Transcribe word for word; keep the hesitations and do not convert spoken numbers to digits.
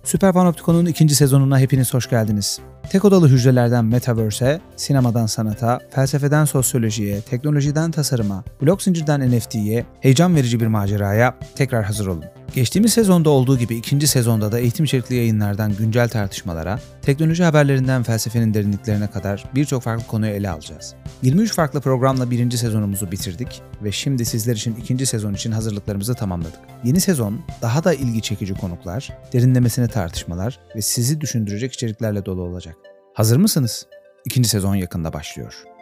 Süper Panoptikon'un ikinci sezonuna hepiniz hoş geldiniz. Tek odalı hücrelerden Metaverse'e, sinemadan sanata, felsefeden sosyolojiye, teknolojiden tasarıma, blok zincirden N F T'ye, heyecan verici bir maceraya tekrar hazır olun. Geçtiğimiz sezonda olduğu gibi ikinci sezonda da eğitim içerikli yayınlardan güncel tartışmalara, teknoloji haberlerinden felsefenin derinliklerine kadar birçok farklı konuyu ele alacağız. yirmi üç farklı programla birinci sezonumuzu bitirdik ve şimdi sizler için ikinci sezon için hazırlıklarımızı tamamladık. Yeni sezon daha da ilgi çekici konuklar, derinlemesine tartışmalar ve sizi düşündürecek içeriklerle dolu olacak. Hazır mısınız? İkinci sezon yakında başlıyor.